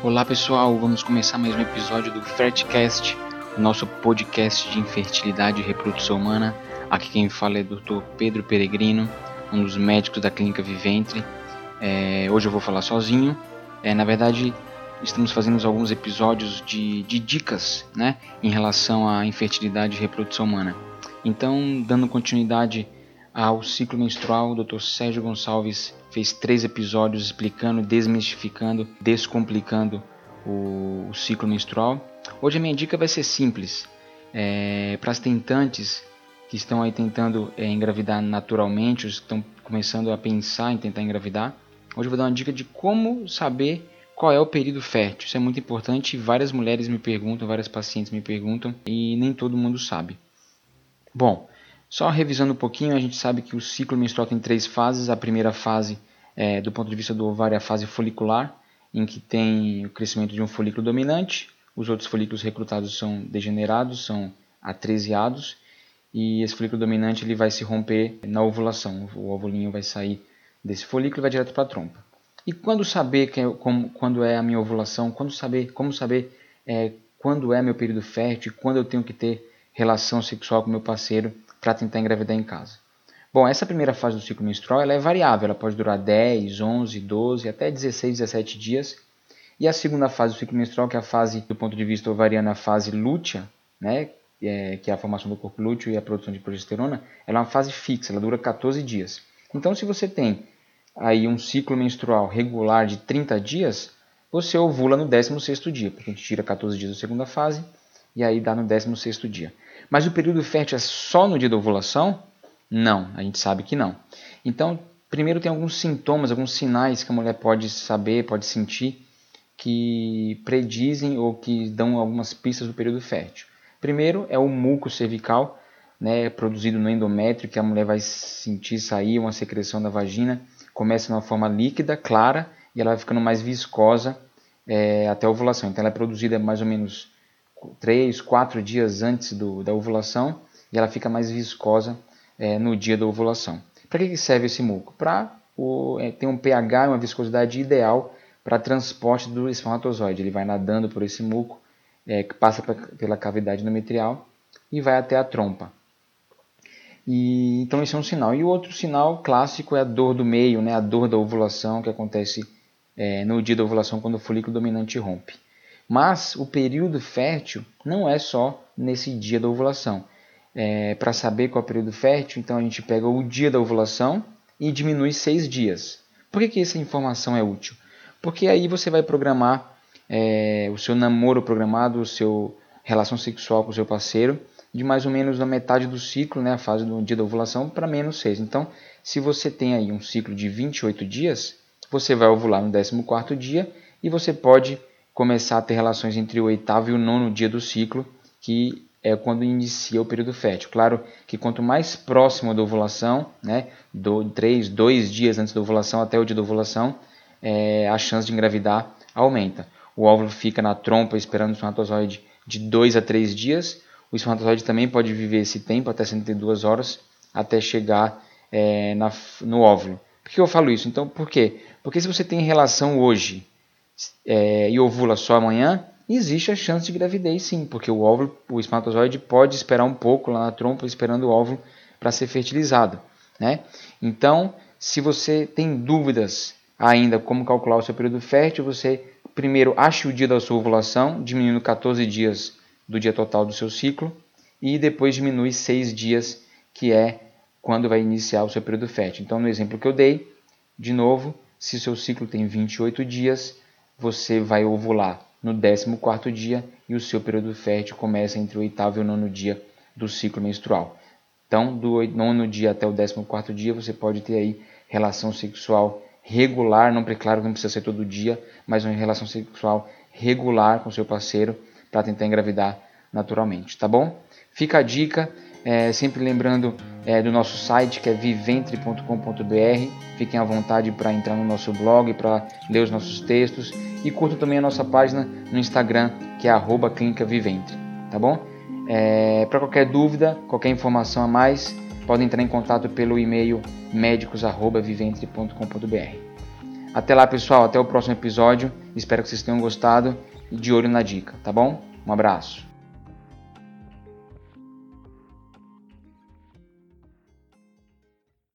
Olá pessoal, vamos começar mais um episódio do Fertcast, nosso podcast de infertilidade e reprodução humana. Aqui quem fala é o Dr. Pedro Peregrino, um dos médicos da Clínica Viventre. Hoje eu vou falar sozinho. Na verdade, estamos fazendo alguns episódios de dicas, né, em relação à infertilidade e reprodução humana. Então, dando continuidade ao ciclo menstrual, o Dr. Sérgio Gonçalves fez 3 episódios explicando, desmistificando, descomplicando o ciclo menstrual. Hoje a minha dica vai ser simples. Para as tentantes que estão aí tentando engravidar naturalmente, os que estão começando a pensar em tentar engravidar, hoje eu vou dar uma dica de como saber qual é o período fértil. Isso é muito importante, várias mulheres me perguntam, várias pacientes me perguntam e nem todo mundo sabe. Bom, só revisando um pouquinho, a gente sabe que o ciclo menstrual tem 3 fases. A primeira fase, do ponto de vista do ovário, é a fase folicular, em que tem o crescimento de um folículo dominante, os outros folículos recrutados são degenerados, são atreziados, e esse folículo dominante ele vai se romper na ovulação. O ovulinho vai sair desse folículo e vai direto para a trompa. E quando saber quando é a minha ovulação, como saber quando é meu período fértil, quando eu tenho que ter relação sexual com meu parceiro para tentar engravidar em casa. Bom, essa primeira fase do ciclo menstrual ela é variável, ela pode durar 10, 11, 12, até 16, 17 dias. E a segunda fase do ciclo menstrual, que é a fase, do ponto de vista ovariano, a fase lútea, né, que é a formação do corpo lúteo e a produção de progesterona, ela é uma fase fixa, ela dura 14 dias. Então, se você tem aí um ciclo menstrual regular de 30 dias, você ovula no 16º dia, porque a gente tira 14 dias da segunda fase e aí dá no 16º dia. Mas o período fértil é só no dia da ovulação? Não, a gente sabe que não. Então, primeiro tem alguns sintomas, alguns sinais que a mulher pode saber, pode sentir, que predizem ou que dão algumas pistas do período fértil. Primeiro é o muco cervical, né, produzido no endométrio, que a mulher vai sentir sair uma secreção da vagina. Começa de uma forma líquida, clara, e ela vai ficando mais viscosa até a ovulação. Então ela é produzida mais ou menos 3, 4 dias antes da ovulação e ela fica mais viscosa no dia da ovulação. Para que serve esse muco? Para ter um pH, uma viscosidade ideal para transporte do espermatozoide. Ele vai nadando por esse muco, que passa pela cavidade endometrial e vai até a trompa. Então esse é um sinal. E o outro sinal clássico é a dor do meio, né? A dor da ovulação, que acontece no dia da ovulação quando o folículo dominante rompe. Mas o período fértil não é só nesse dia da ovulação. Para saber qual é o período fértil, então a gente pega o dia da ovulação e diminui 6 dias. Por que essa informação é útil? Porque aí você vai programar o seu namoro programado, a sua relação sexual com o seu parceiro, de mais ou menos na metade do ciclo, né, a fase do dia da ovulação, para menos 6. Então, se você tem aí um ciclo de 28 dias, você vai ovular no 14º dia e você pode começar a ter relações entre o 8º e o 9º dia do ciclo, que é quando inicia o período fértil. Claro que quanto mais próximo da ovulação, né, 2 dias antes da ovulação até o dia da ovulação, a chance de engravidar aumenta. O óvulo fica na trompa esperando o espermatozoide de 2 a 3 dias. O espermatozoide também pode viver esse tempo, até 72 horas, até chegar no óvulo. Por que eu falo isso? Então, por quê? Porque se você tem relação hoje e ovula só amanhã, existe a chance de gravidez sim, porque o espermatozoide pode esperar um pouco lá na trompa, esperando o óvulo para ser fertilizado, né? Então, se você tem dúvidas ainda como calcular o seu período fértil, você primeiro ache o dia da sua ovulação, diminuindo 14 dias do dia total do seu ciclo, e depois diminui 6 dias, que é quando vai iniciar o seu período fértil. Então, no exemplo que eu dei, de novo, se o seu ciclo tem 28 dias, você vai ovular no 14º dia e o seu período fértil começa entre o 8º e o 9º dia do ciclo menstrual. Então, do 9º dia até o 14º dia, você pode ter aí relação sexual regular, claro que não precisa ser todo dia, mas uma relação sexual regular com seu parceiro para tentar engravidar naturalmente, tá bom? Fica a dica, sempre lembrando do nosso site, que é viventre.com.br. Fiquem à vontade para entrar no nosso blog, para ler os nossos textos, e curtam também a nossa página no Instagram, que é @clinicaviventre, tá bom? Para qualquer dúvida, qualquer informação a mais, podem entrar em contato pelo e-mail médicos@viventre.com.br. Até lá, pessoal, até o próximo episódio. Espero que vocês tenham gostado e de olho na dica, tá bom? Um abraço.